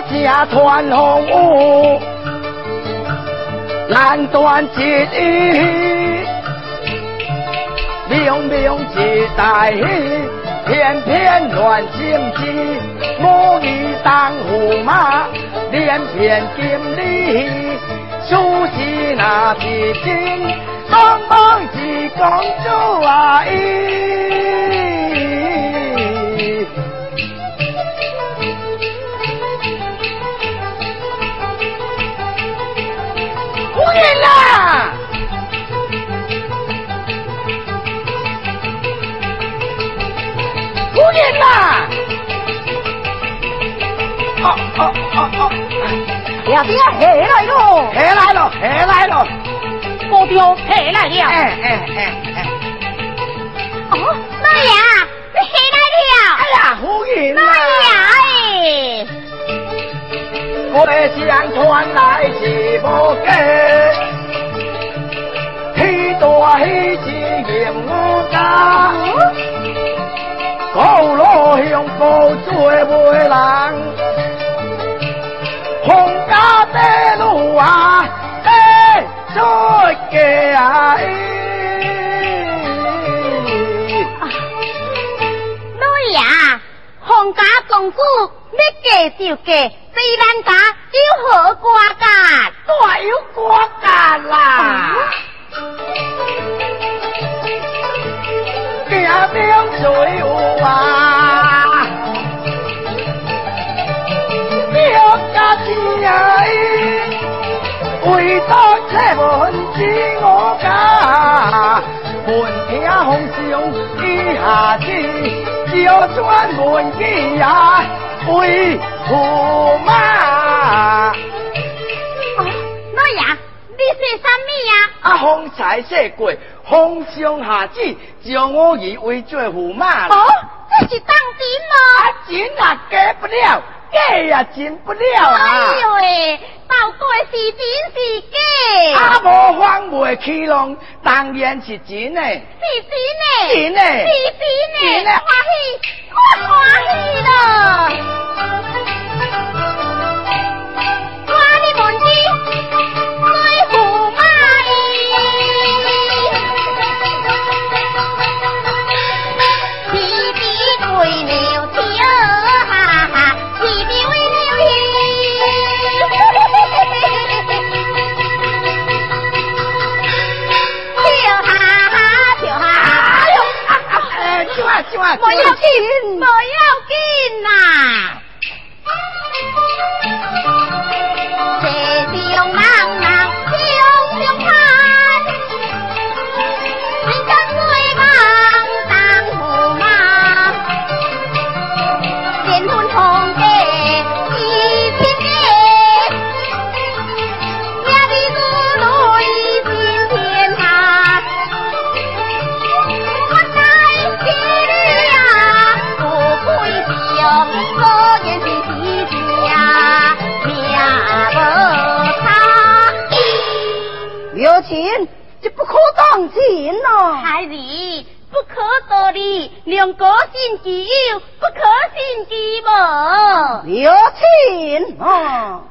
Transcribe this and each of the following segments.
家传红雾，难断一意，明明一代偏偏乱心机，母女当驸马，连骗金利，书记那皮筋，帮忙是公主啊！夫人啦！夫人啦！ 爹爹下来喽！ 下来了，下来了！ 保镖下来了！哦，老爷，你下来了！ 哎呀，夫人老爷我的相传来是无假，喜大喜事迎我家，高路向高做媒人，洪家的路啊，得出家。 老爷，洪家公主要嫁就嫁。对咱家有何瓜干？ 大有瓜干啦！家兵水有啊，表家亲爱，为到这文知我家，闻听风声以下子，就专门记呀。为驸马， 老爷，你说什么呀？ 风采写过，风上下旨，将我以为做驸马。 哦，这是当真吗？ 真啊，假不了，假也真不了啊！ 哎呦喂，到底是真是假？ 无反袂起浪，当然是真的。 是真的， 真的， 是真的，欢喜，我欢喜了。不要紧，不要紧呐。这是用人用看，人家最忙当驸马，结婚同家一千个，家里子女心天下。果然是喜家命无他， 有钱就不可当钱咯。 孩儿不可多礼，两个信其有，不可信其无。 有钱哦。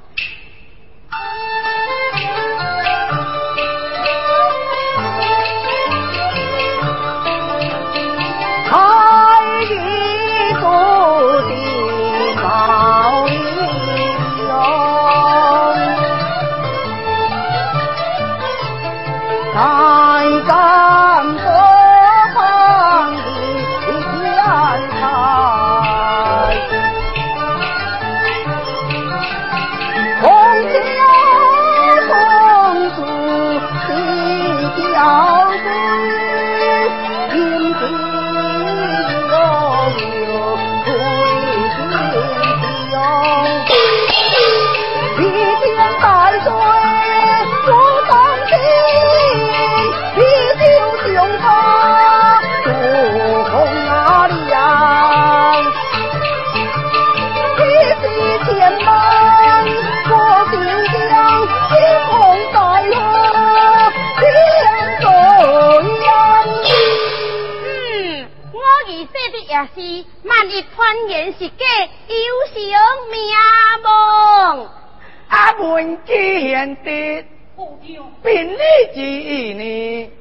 红义说的也是，万一传言是假，有性命亡。 阿文既贤的，并你之意呢？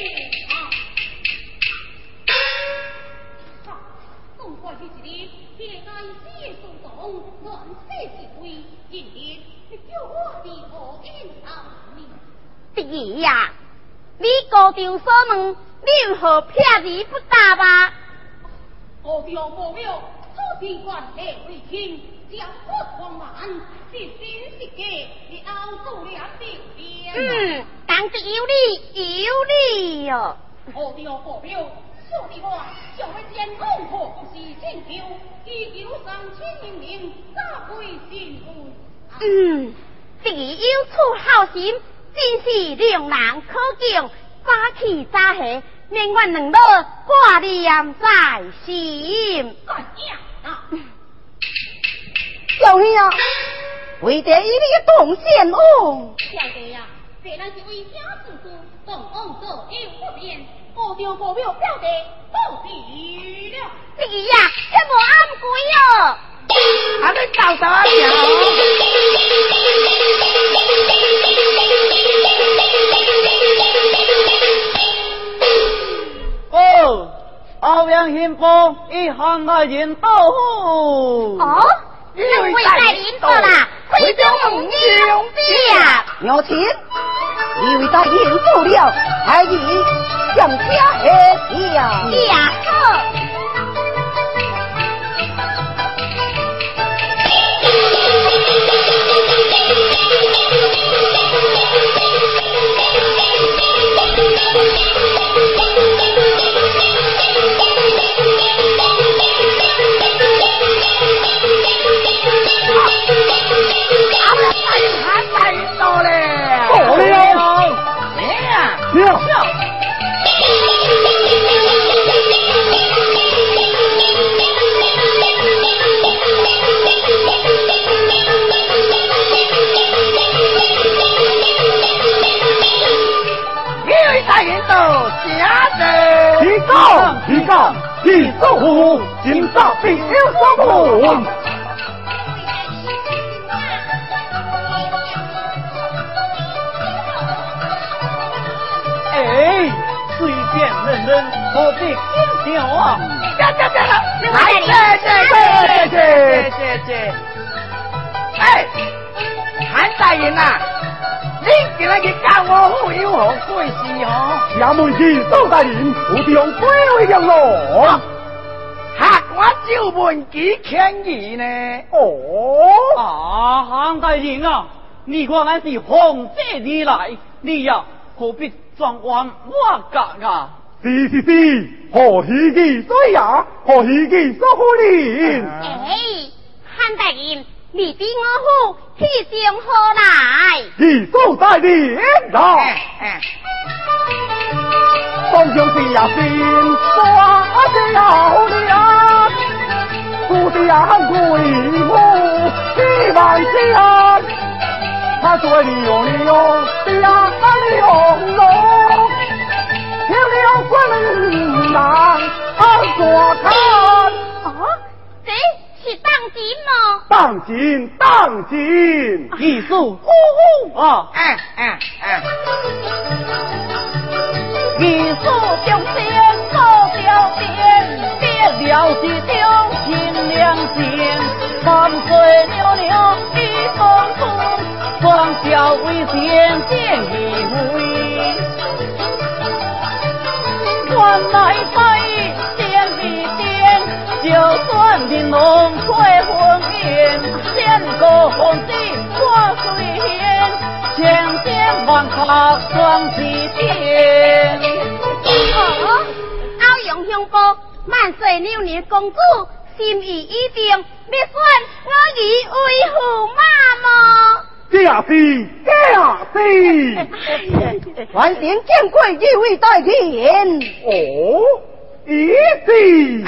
宋怪的是你，别该写书中乱写是非，今日你叫我的何因啊你？ 第二呀，你高中所问，你为何撇字不答吧？ 何调无了，此事关系为亲，将我狂慢，是真是假，你熬出了定边。 当之有理，有理哟。 何调无了，说的话，就要先恐吓不是请求，以求3000人民，咋会心灰？ 弟有处好心，真是令人可敬。早起早下，免阮两老挂念在心。 怎样啊？ 小兄啊，为着伊你动线哦。 晓得呀，这乃是为家事事，动往左右不便，何调无了表弟到底了。 弟呀，这无暗鬼哦。 阿你到啥条？ 哦，欧阳新波一行来人到户。 哦，两位在领导啦，会中红娘呀。 娘亲，你为他引走了，还以向家黑呀。 呀好。 提告，一手虎，今朝必有所闻。 哎，随便人人，何必紧张啊？ 谢。哎，韩大人啊，你今日去教我府有何贵事哦？ 衙门去周大人，有地方归位了咯。 吓我就问几千亿呢？ 韩大人啊，你看俺是奉这你来，你呀何必转弯我格啊？ 是，何须记水呀？何须记所人？ 韩大人，你比我府气象何来？ 是周大人啦。当上是也先花小了，故事也归我几万家，他做牛的呀牛漂亮官郎所看。 这是当今吗？ 当今， 艺术啊！艺术中先高调点，别了是中心良心，三岁牛一风风，双脚为先见一回，换来拜见一见，就算玲珑翠婚宴，仙歌红旗挂水仙，千千万卡双旗天。 欧阳兄伯，万岁牛年公主心意已定，要选我以为驸马吗？ 假是， 万幸见过一位大人。 一是。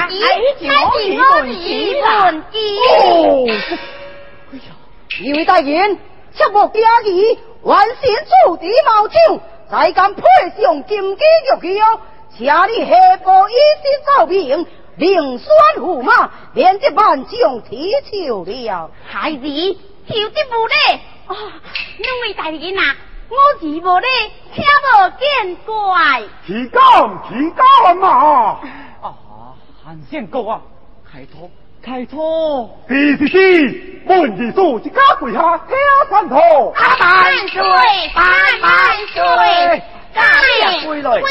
一位大人，切莫假意，万幸处地毛枪，才敢配上金鸡玉桥，请你下步以身奏明， 凌霜驸马，连这万将提求了。 孩子，求得无礼哦，两位大人啊，我是无礼，请无见怪。 起干嘛？ 韩相公啊，开脱！ 是，问义书一家跪下听三套。 万岁，万岁！ 家归来。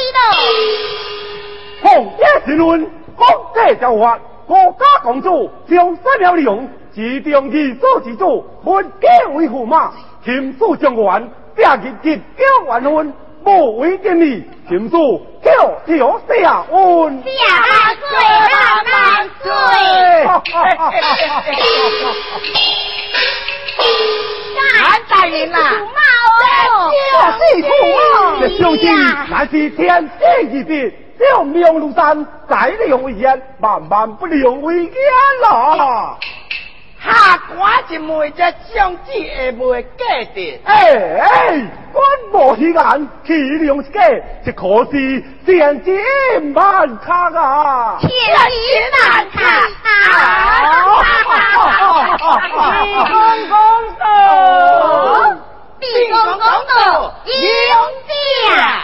皇家新闻，国家交法，国家公主将三苗利用，指定义所之主，分家为驸马，亲属将官，假日结交完婚，无违建议，亲属跳下恩。 万岁！ 俺大人啊， 是驸马。 这相信乃是天赐异别，两명如山，再良为言，万不良为言啦。 下官一枚这相子会袂假的。 官无虚眼，气量一假，这可是千金万卡啊！ 千金万卡毕公公道，有驾。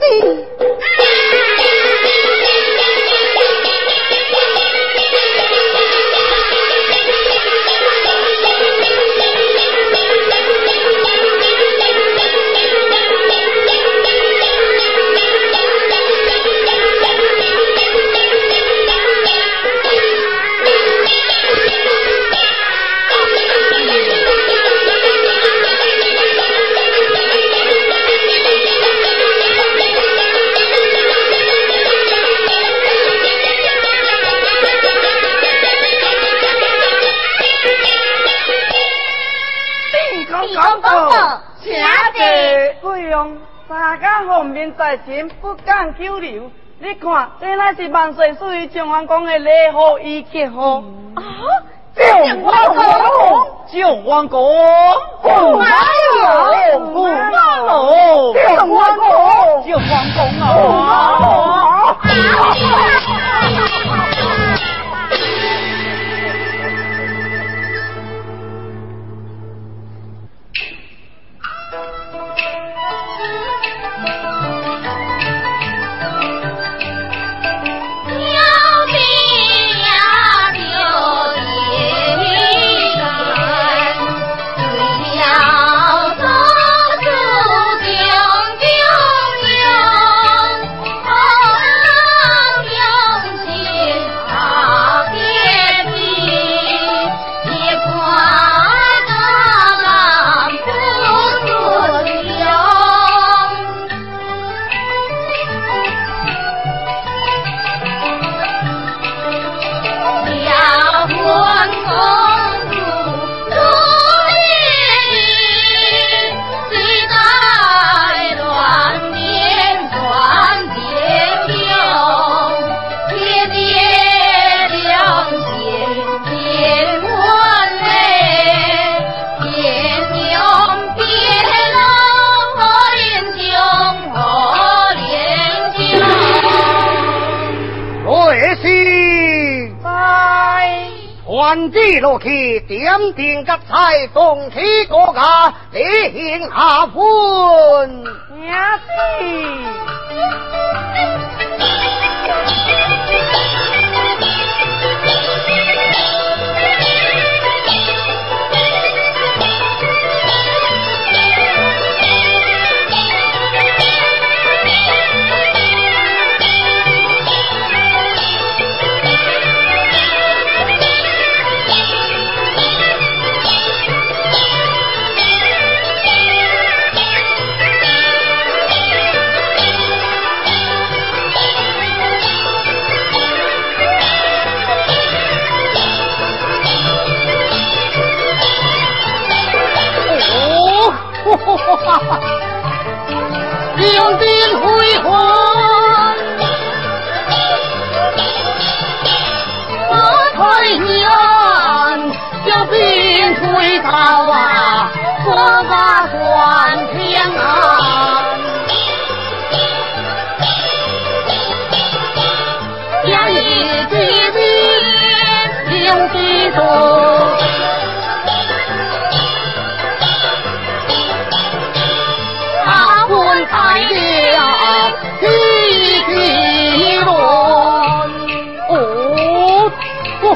大家后面在前，不敢久留。你看，这乃是万岁属于蒋王公的礼号与结号。 蒋王公， 蒋王公， 驸马喽，驸马喽， 蒋王公， 蒋王公啊！ 传旨落去，点定吉彩，动起国家，礼献下官。 也是。 两鬓辉煌，我太娘就兵退逃啊，国家传天安，家一举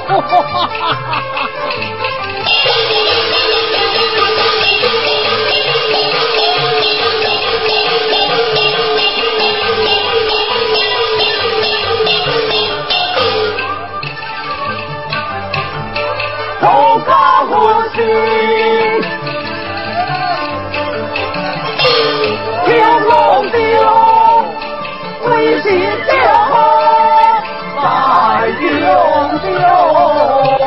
高高欢喜，天龙地龙，威信江在永久。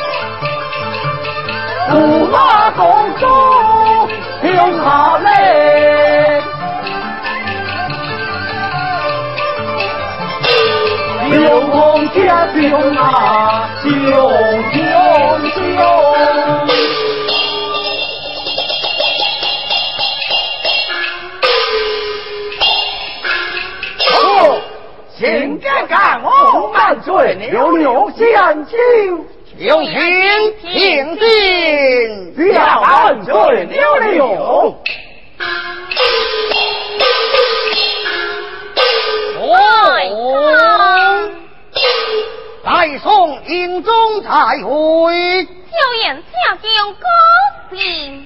驸马公主听下令，刘公家兄啊，兄。请家干我万岁，六六相亲， 有请请进， 下万岁，六六。 来送营中彩绘， 小言下将高兴。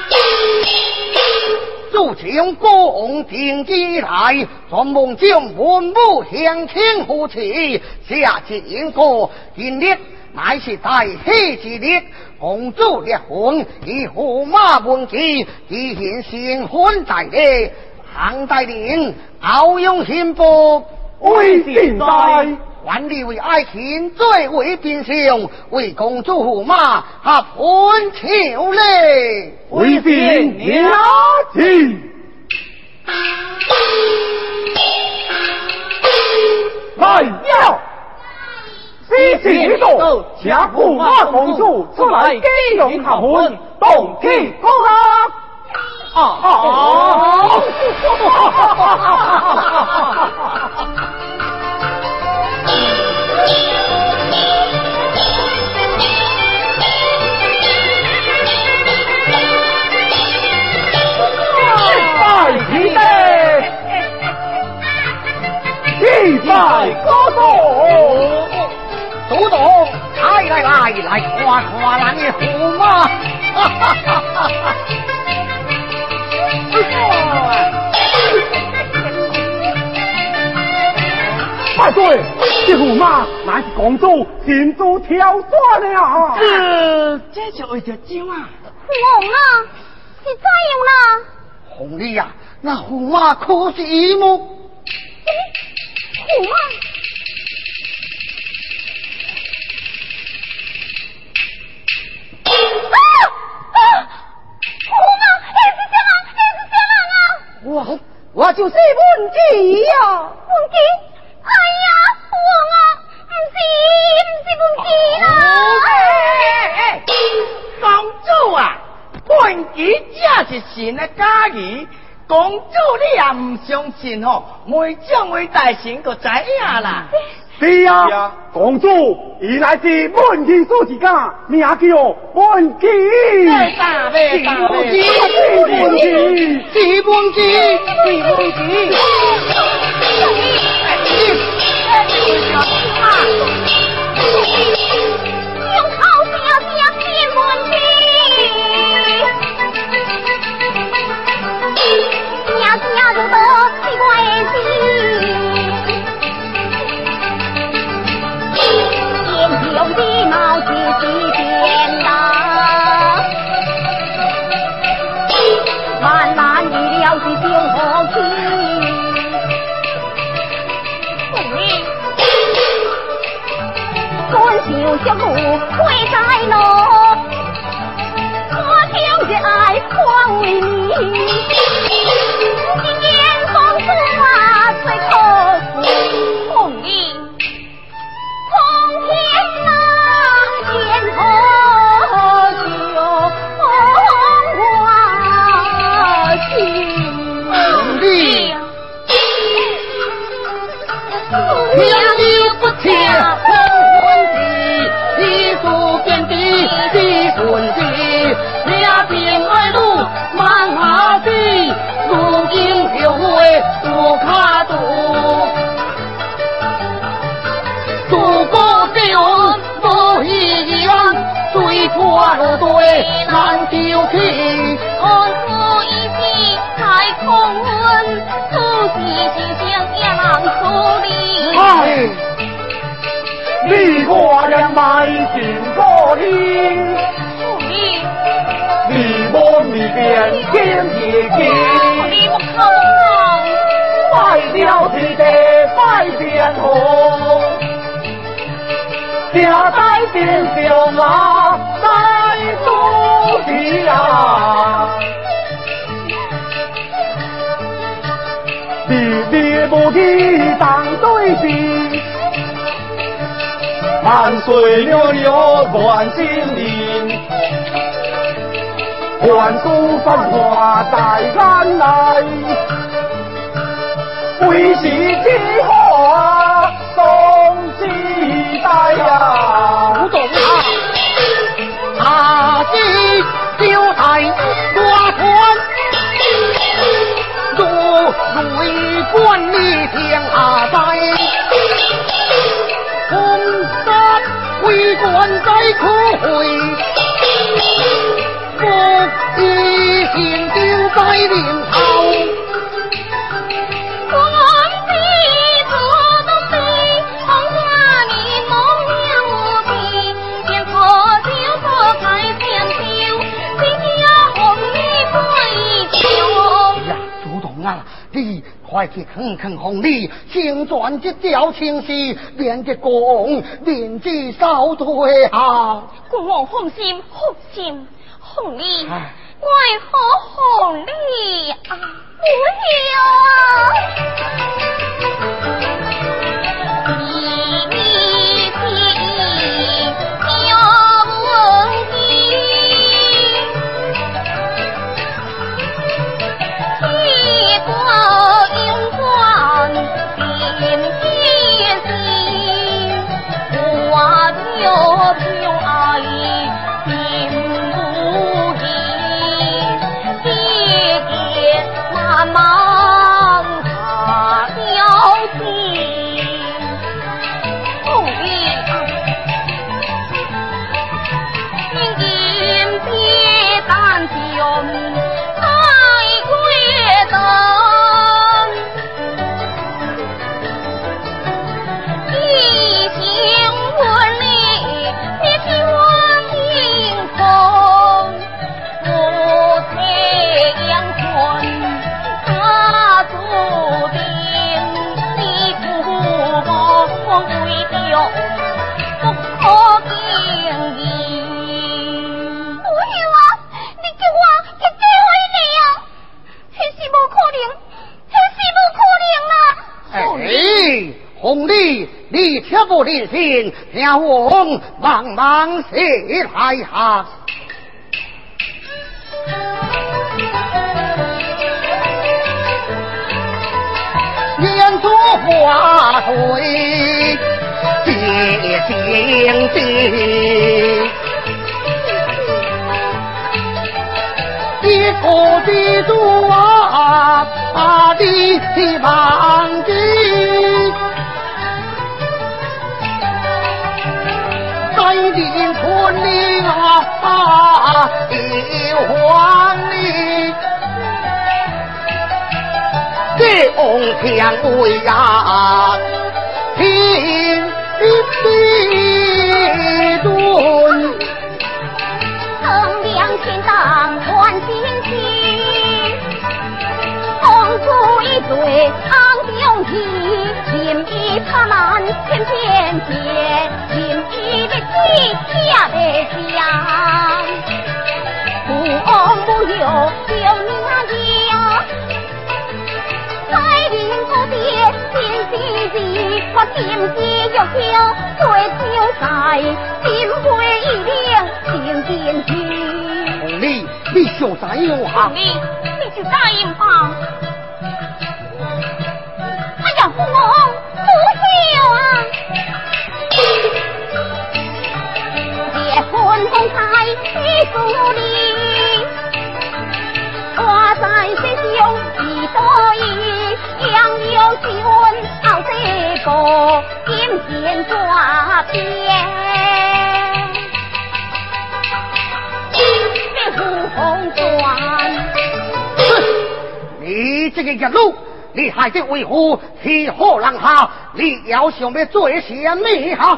祝请公定之来，专梦将文武相亲夫妻，下进过今日乃是大喜之日，公主结婚，以驸马文吉举行新婚大礼，行大令敖用新妇为现在。 还你为爱情最为变相，为公主驸马合婚求礼， 为先娘亲。来呀！西行道，请驸马公主出来给用合婚，动气高一拜高祖， 祖宗，来夸夸咱的驸马， 万岁！这驸马乃是公主亲自挑选的啊！ 这就为着酒啊！ 红啊，是怎样啦？ 红丽呀，那驸马可是一幕。 驸马。 我就是文吉呀， 文吉，哎呀，王啊，不是文吉啦！ 公主啊，文吉只是神的假意，公主你也唔相信吼，每种为大神个知影啦。 是啊，公主伊乃是文吉所自家，名叫文吉。 大妹， 文吉， 是文吉。 用好小姐变文吉，娘就多奇怪的事。用的毛细细变的，慢慢的了是就好去。春秋小路会在路，我听着爱狂为你。今年公主啊，最可惜红缨。从天那天后就花情， 天地不切红婚地，地数遍地地顺地，两边爱路满下地，如今后悔无卡度。祖国的恩不大路对难就起， 安富一时太空运，此事真相也难处理。 唉，你我人迈进可听，你我未变天地经， 你不靠我， 快了天地快变红，家在变小马在苏西啊，你不提当对比。万岁了了乱心灵，万数繁华在眼内，为时之华动期待呀！ 不懂啊！是就在瓜团，如雷贯你天下在。红山为官在可会，福义心丢在临头。 皇帝做东北，红花你梦了无比，便可就可开天秋，今夜红你归秋。 呀，主动啊！你快去看看红礼，先转这条情事，连这公连这少对啊！ 国王放心，放心，红礼，为何红礼啊？不要啊！你心有问题，天国用官定天心，我有凭爱心不移，爹爹妈妈他了心，红礼您今别担心太贵的。一心问你，别替我听从，不退阳春，他注定你父母为了不可经营。不要啊！你叫我去机会你啊！这是不可能，这是不可能啊！ 哎，红礼，你切不离心，让我忙忙起来哈。连珠花水结心地，一个地主啊，的忙的，在进村里啊，有黄里。这翁强为呀，天地尊， 衡量天当换心情，红烛一对昂勇气，心意他难偏偏见，心意的气下的香，不翁不有有你那样。在林土地心思事，我心知玉桥对招晒，心灰意冷心坚持。 红礼，你就答应我。 你就答应吧。哎呀，父王不孝啊！结婚风采一树立，我在身上一多一，养有气温熬这个金线抓边。 这个一路，你还得维护气候让下，你要想要做些什么哈？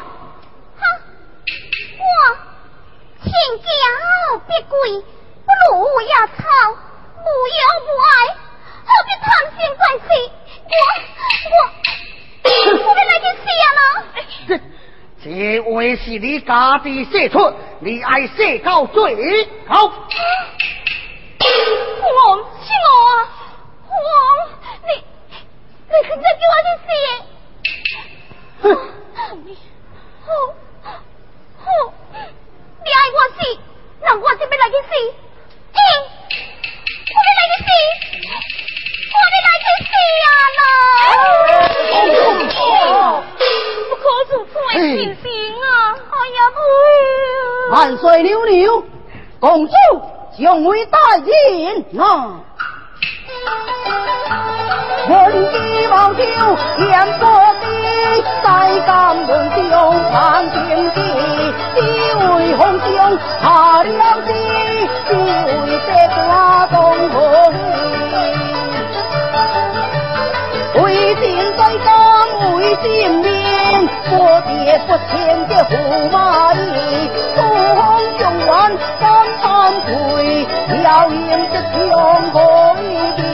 我请教别贵，不如野草，无有无爱，何必贪心在世？我要来去死啊！ 这位是你家的写出，你爱写到最好。 王是我啊，王，你肯再叫我去死？你爱我死，那我就要来去死。我要来去死，我要来去死啊！不可如此的情形啊！哎呀，不！ 万岁娘娘，公主将会大人啊！文姬王朝燕国地，在甘门中盼天地，只为红将下了地，只为这瓜东河。为尽在江，为尽面，不跌不前的驸马衣，苏红将官敢惭愧，要赢的强国的。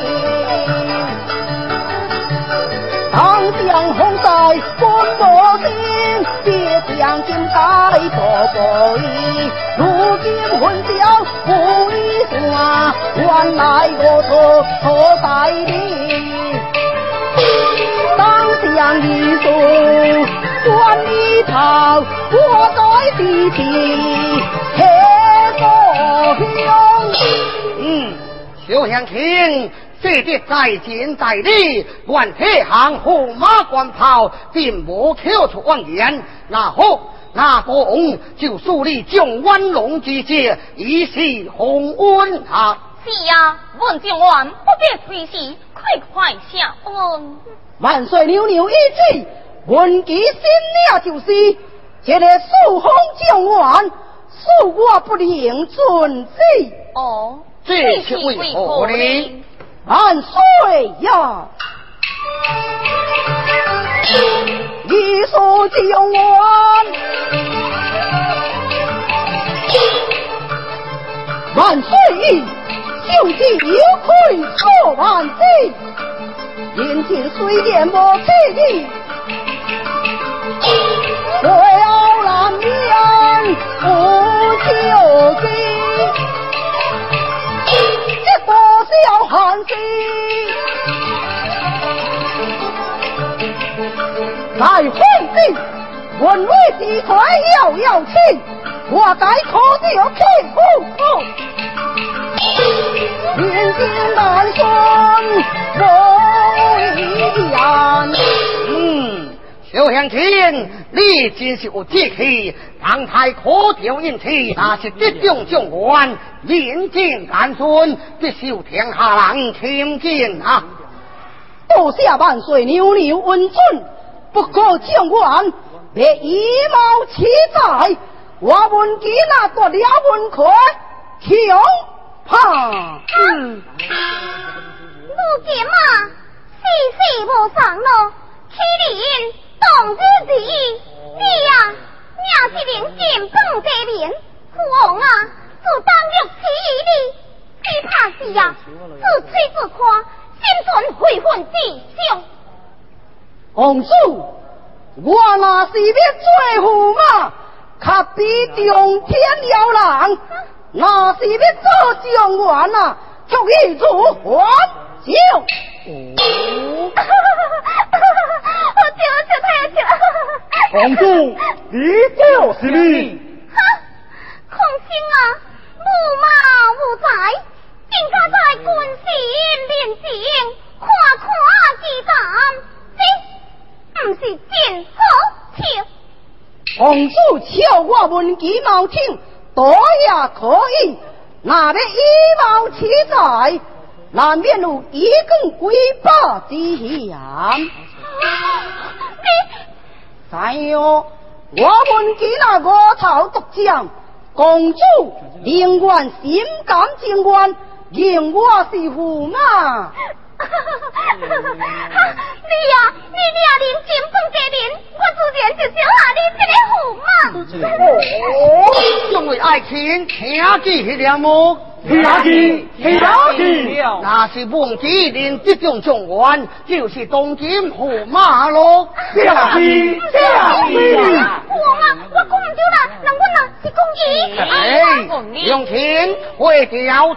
当将红在官魔心，别将金带波波衣。如今混淆不一算，原来我错在你。当将一束端一炮，我在地底黑过兄。 小乡亲，这的在前在理，愿铁行驸马官炮，并无口出妄言。那好，那公就树立将湾龙之节，以示洪恩啊！ 是呀，文将官不必推辞，快下恩。 万岁娘娘意旨，文姬心领就是这个素红将官，恕我不领遵旨。 哦， 这是为何呢？ 万岁呀！一说将官，万岁！兄弟有愧错万岁。眼前虽然无气力，会傲难言无救济，这多少寒心。在皇帝文位地块要气，我该可着气苦。年经难双无一言。 小乡亲，你真是有志气，当太可调引起，那是这种将官，言尽干顺，必受天下人钦敬啊！ 多谢万岁娘娘恩准，不过将官别以貌取财，我文姬那夺了文魁，强怕。 如今嘛，世无常咯，欺人当之之意。你呀，命是灵剑放这面，父王啊，自当欲起你，只怕是呀，自吹自夸，心存悔恨之想。 公主，我那是要做驸马，可比中天了人，那是要做将官啊，却一如还朝。 公主，你就是你。 空心啊，无毛无才，应该在君臣面前看其谈，这不是真好笑。 公主笑我文姬冒听，多也可以，那要以貌取财，难免有一更鬼霸之嫌。哎呦，我文姬那我草独将，公主宁愿心甘情愿，认我是驸马。 你认真本家人，我自然就想下你这个驸马。 因为爱情听记了么？ 听记， 那是忘记连这种状元，就是当今驸马咯。 听记。 驸马，我讲唔对啦，人我人是讲伊。 用钱退掉。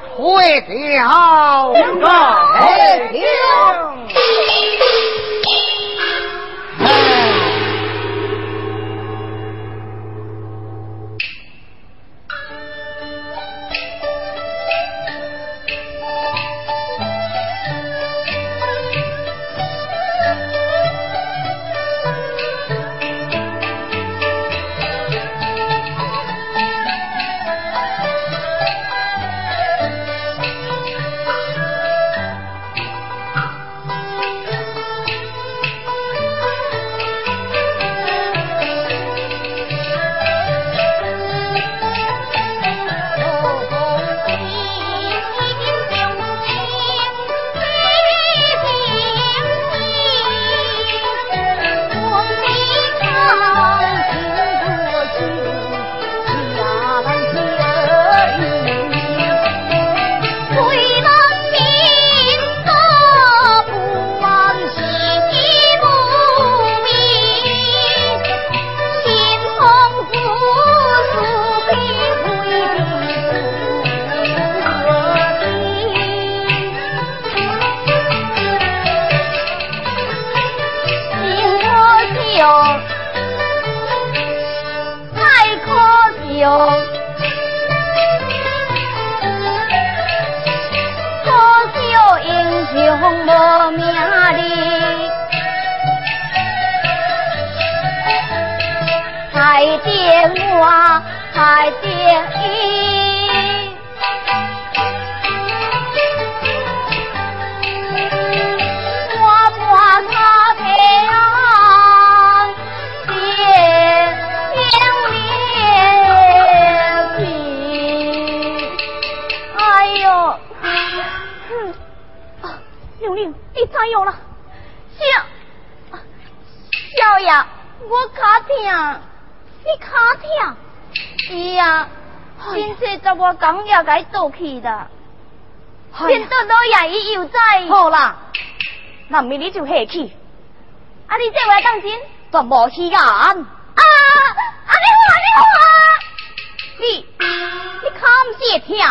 我刚要该倒去的，现在老爷伊又在。 好啦，那明日就下去。 啊，你这话当真？ 怎无稀罕？ 啊，你好啊！ 你看唔是会听？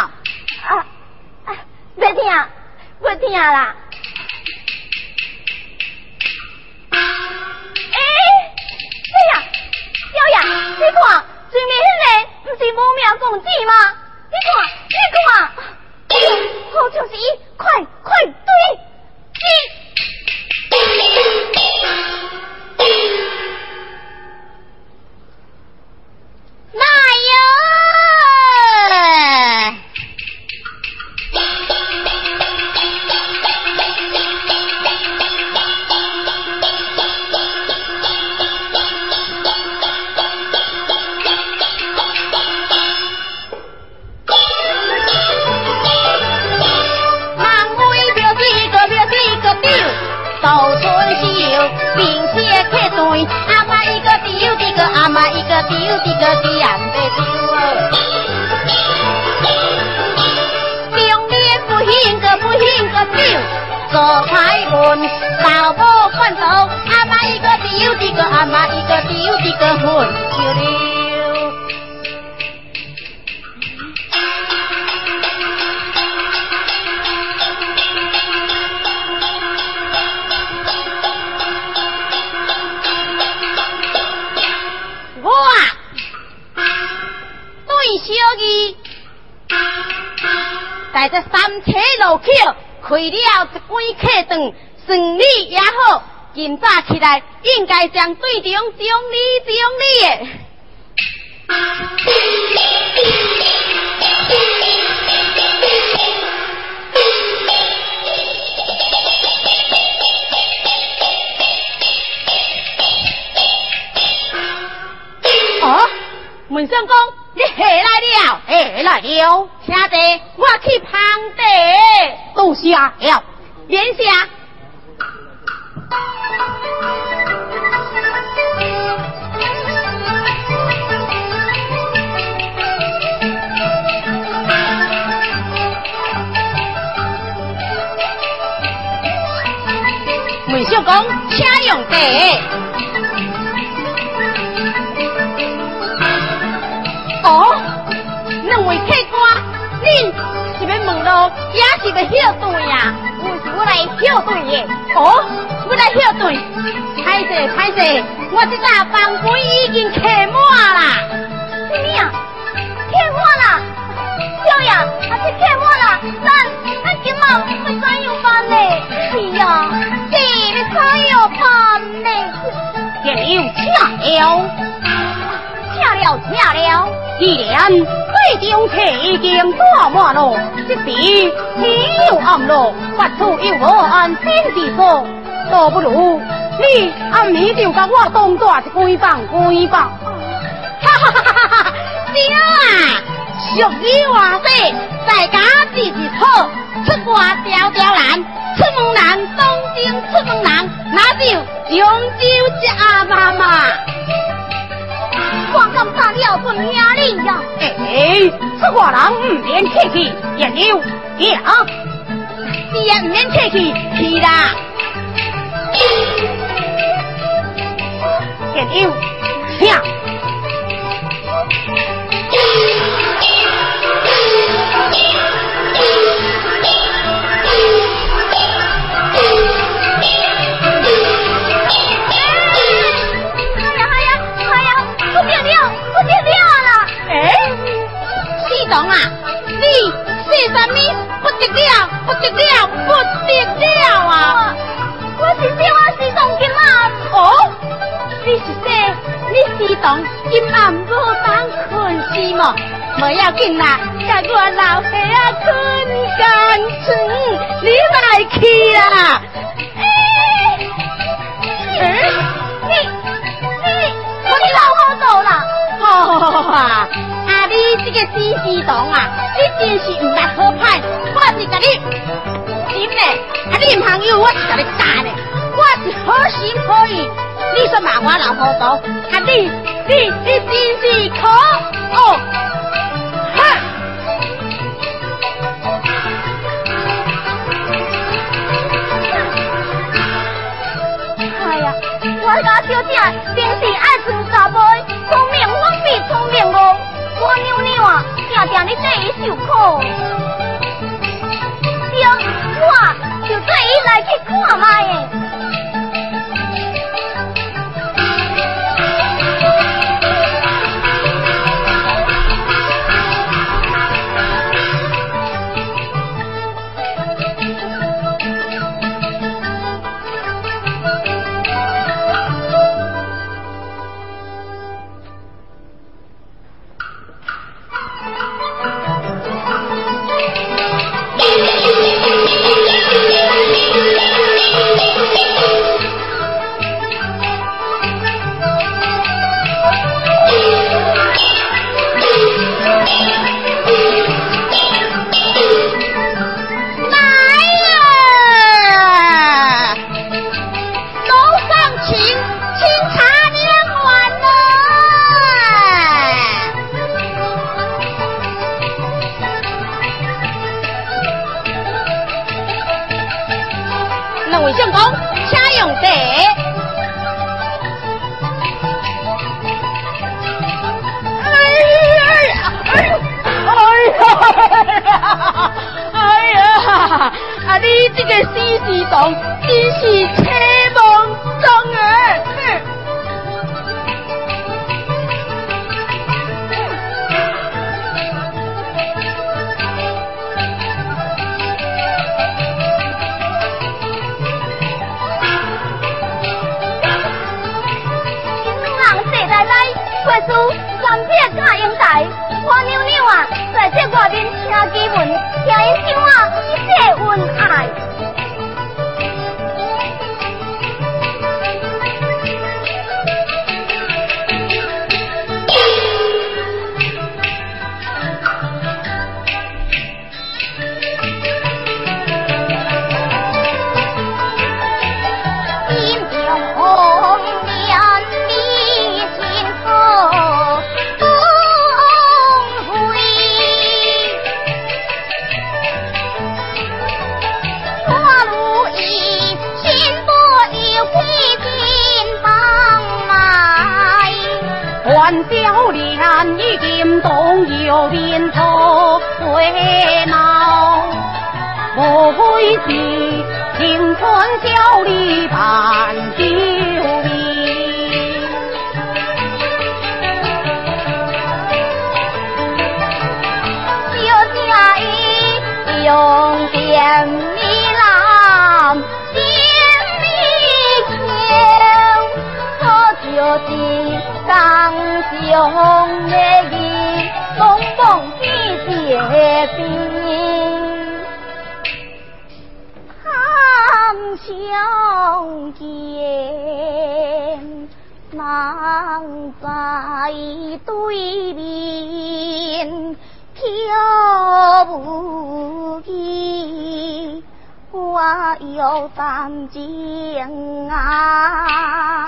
别听啦！小爷，你看对面迄个，不是无名公子吗？你看，好像是伊，快对！ 哪有？ 斗春秀，并且客对，阿妈一个丢的个，阿妈一个丢的个，点的丢哦。中年不兴个丢，做牌混，老母换走，阿妈一个丢的个，阿妈一个丢的个混就了。小义在这三车路口开了一关客顿，顺利也好，今早起来应该将队长奖励的。文相公，你下来了？ 下来了， 请坐，我去旁地。 都下了， 免下。文秀公，请用茶。哦，两位客官，恁是要问路，也是要晓对呀？我是要来晓对的。哦，要来晓对。歹势歹势，我这搭房间已经客满啦。什么呀？客满啦？少爷，啊是客满啦。咱今晚要怎样办呢？是呀，是要怎样办呢？也有请了。请了，既然杯中茶已经打满了，即时天又暗了，发出又无安心之所，倒不如你暗暝就甲我当大一规房。哈哈哈哈哈！对啊，俗语话说，在家自己好，出外条条难，出门人当中出门人，那就终究一阿妈嘛。我感谢了尊兄你呀！出外人唔免客气，言有呀，是啊，唔免客气，是啦。言有请。西东啊，你说什么？不得了啊！我是说西东今晚。哦，你是说你西东今晚无当困是么？无要紧啦，甲我老兄啊困干床，你来去啦。你老好走啦。啊！你这个西东啊，你真是唔捌好歹，我是甲你真嘞，你唔朋友，我是甲你打嘞，我是好心好意，你说骂我老糊涂，你真是可哦，哼！哎呀，我家小姐平时爱存查某，聪明我比聪明哦。我妞妞啊，常常你对伊受苦，对，我就对伊来去看卖的。 心中有连头回闹，莫非是青春小里伴酒里，小家意用点米郎心里强，可就是当兄的义蹦蹦去结冰，ham相见难在对面，飘不起我有担惊啊！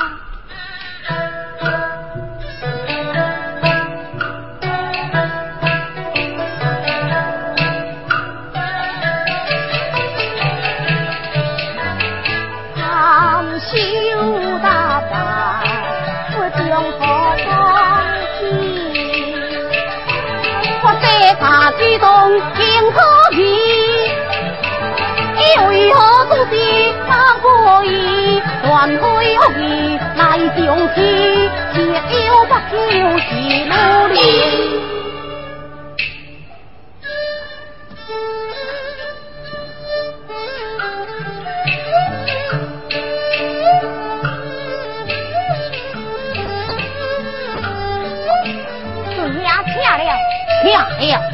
修大大，我将何方去？我这大举动挺可以，为何总是打过意？乱开恶意来相欺，只有不就是努力。请了，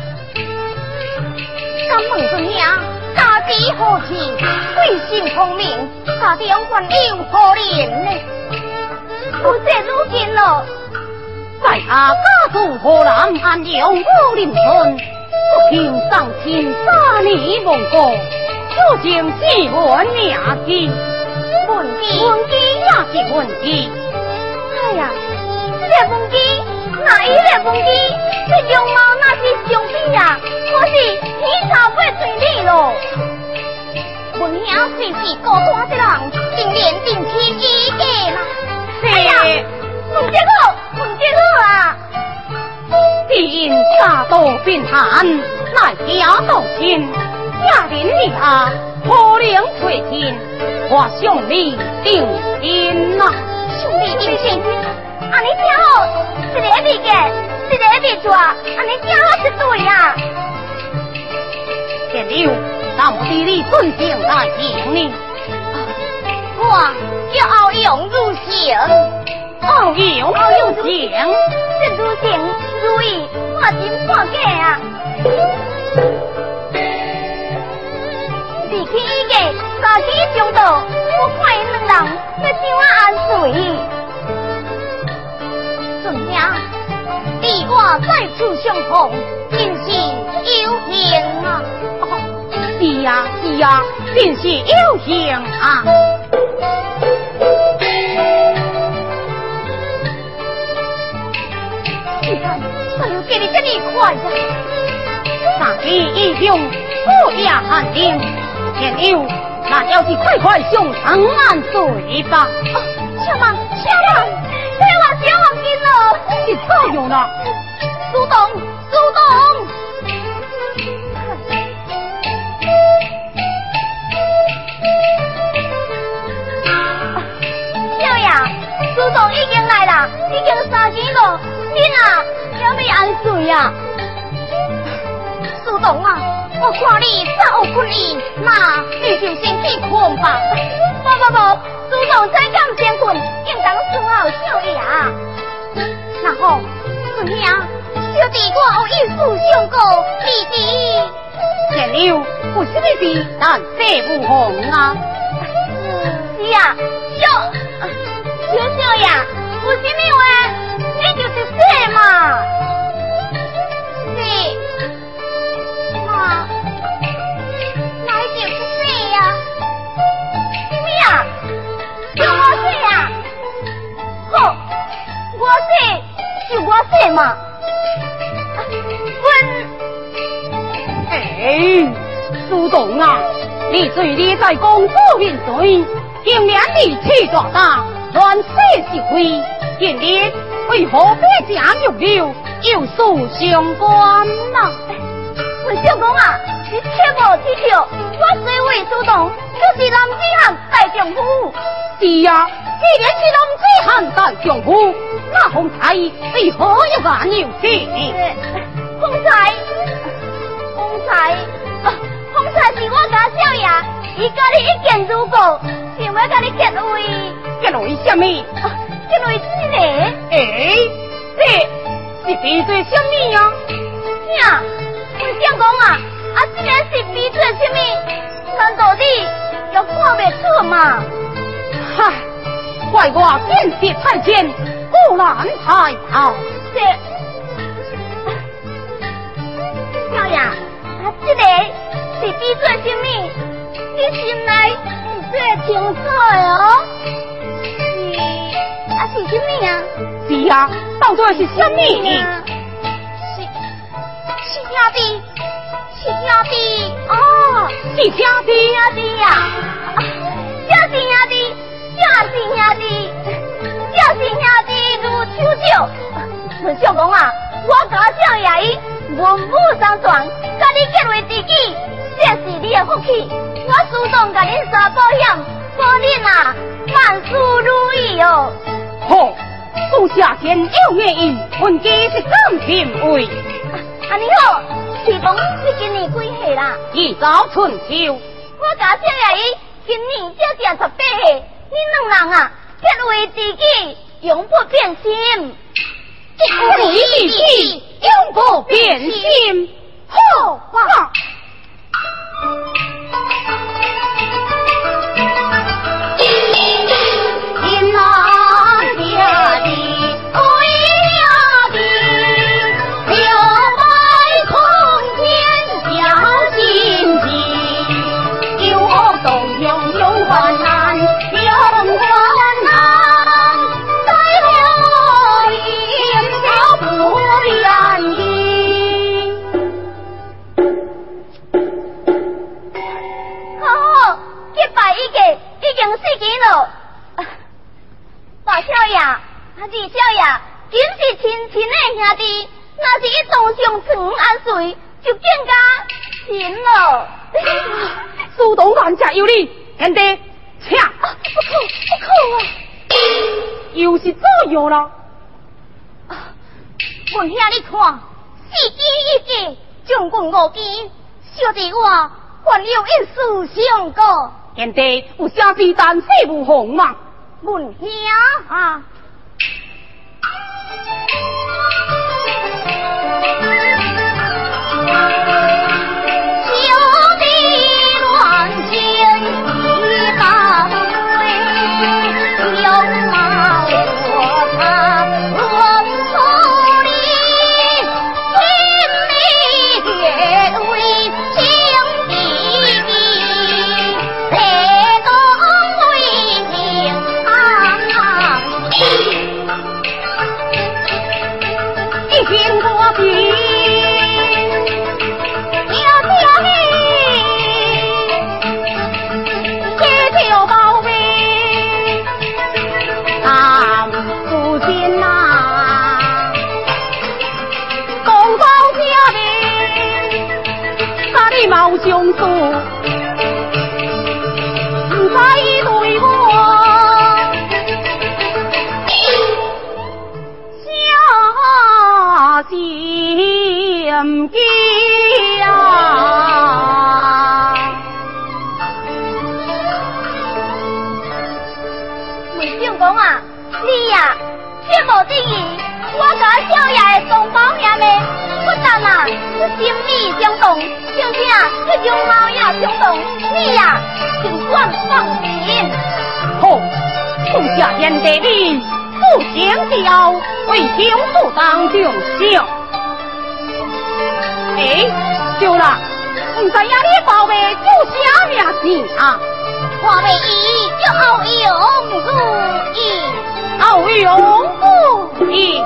敢问尊兄，家底何情？贵姓聪明，家中还有何人呢？我这如今了，在下家住河南安阳武林村，不幸丧亲3年亡故，所幸是文名记，文记也是文记。哎呀，这个文记哪一个文记？这容貌那是相比啊，我是天朝八嘴里咯。文兄虽是孤单一人，竟然定起一个啦。哎呀，文姐好啊！因家道贫寒，乃家道亲，家人离下，可能垂亲，我兄弟定亲呐。兄弟定亲，安尼正好，一个比个。一个比抓，安尼正好一对啊！田六，那我弟你尊敬在前呢。我叫敖勇入城，敖勇入城，这如情如意，我真看假啊！离去一个3天中道，我看因两人要怎啊安睡？尊兄。你我再次相逢，真是有幸啊！是呀，真是有幸啊！你看，怎又给你这么快呀？3天以上，不夜寒冷，天佑，那要是快上长安睡吧。千万，这我小忘记了。你错用了，苏东，小呀，苏东已经来了，已经3天了，你啊，要未安睡呀？苏东啊，我看你早有困意，那你就先去困吧。不，苏东才敢先困，应当算好小呀。那好，孙兄，小弟我有意思相告，弟弟。田六，有什么事但这不红啊？是啊，小呀，有什么话，你就是说嘛。是，妈，那就是说呀。什么呀？叫我说呀？好，我说。就我说嘛，苏东啊，你最厉在公主面前，竟然力气大大，乱世是非，今日为何被家入流？ 有所相关呐。 文相公啊，你切莫取笑，我虽为主动，就是男子汉大丈夫。 是呀，既然是男子汉大丈夫，那风采为何要敢有气？ 风采，风采是我家少爷，伊甲你一见如故，想要甲你结为。 结为什么？ 结为这个？ 这是比做什么呀？ 呀，文相公啊，这个是比做什么？难道你又看不出嘛？ 嗨，怪我见识太浅，固然太好。 这少爷，这个是比做什么？你心内是最清楚的哦。是什么呀？ 是呀，到底是什么？ 是兄弟，是兄弟哦， 是兄弟呀，就是兄弟，就是兄弟，就是兄弟如手脚。文相公啊，我家少爷伊文武双全，甲你结为知己，这是你的福气。我主动甲恁三保险，保恁啊万事如意哦。 好，属下天有愿意，本家是甘情为。 安尼好，启蒙你今年几岁啦？ 一早春秋。 我家少爷伊今年才18岁，恁两人啊结为知己，永不变心。 一为知己，永不变心。好啊！ 天郎家的归了的，留白空天小心机，有动用有患难，有患难，再留一条不愿意。好，结拜已经4件了。大少爷，二少爷，今是亲亲的兄弟，若是一同上床安睡，就更加亲了。 苏东兰家有理，兄弟，请。 不可啊！ 又是左右了。 文兄，你看，4件1件，总共5件，小弟我还有一事相告。 兄弟，有啥事但事无妨嘛？ 文兄啊，小弟乱情一大堆，有貌若他论处理，心里也为情弟弟，陪东为情。一心多情，要家里也就宝贝，俺父亲呐，公道家的，家里冇相处，唔使对我。心机啊！文相公啊，你呀，切无质疑，我家少爷的同胞兄妹，不但啊是心意相同，并且这容貌也相同，你呀尽管放心。 好，属下贤弟你不行之后，为兄弟当中笑。对了，唔知影你宝贝叫啥名字啊？ 我为伊叫敖永如意， 敖永如意。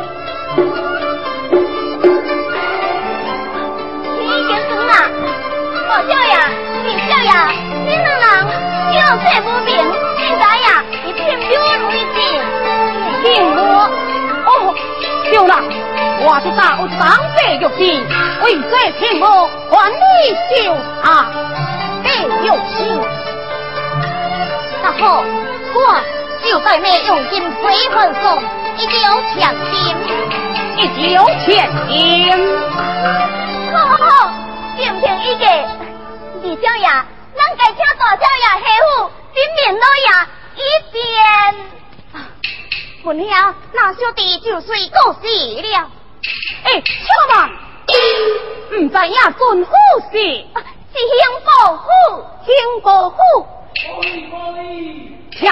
你先生啊，大少爷、二少爷，你两人叫这无名，应该呀，以聘表为证。 聘我？哦，对了，我我是大有当这玉帝，为这平我还你手下给有心。 那好，我就在那用金水换送，一定有钱金， 一定有钱金。 好，听听一个二小爷，咱该请大小爷媳妇金面老爷一边。文兄，那小弟就随过世了。 小曼，唔知影尊夫是兴伯虎， 兴伯虎。呀！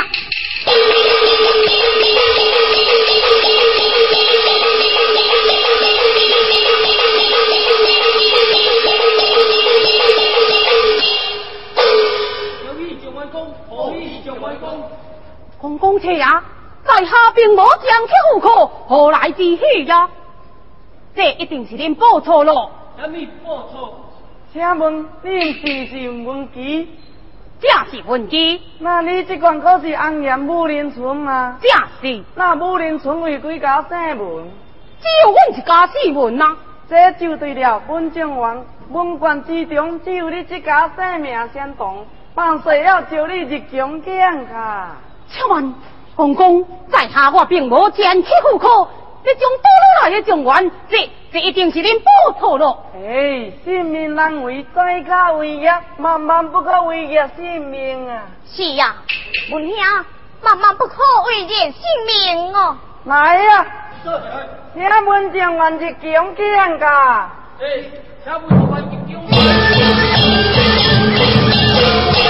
有意就为公，何意就为公。 公公车呀，在下并无将去户口，何来之喜呀？这一定是恁报错咯。 什么报错？ 请问恁是文琪？ 这是文姬。 那你这款可是红岩武林村吗？ 这是。 那武林村为几家姓文？ 只有阮一家姓文啊。 这就对了，文正王文官之中只有你这家姓名相同，办事要招你入宫见卡。 请问公公，在下我并无前去户口，这种多落来的状元，这一定是恁报错咯。 性命难为，再加为业，万万不可为业性命啊！ 是呀，文兄，万万不可为人性命哦。 来呀，请文正王入宫见卡。 请文正王入宫。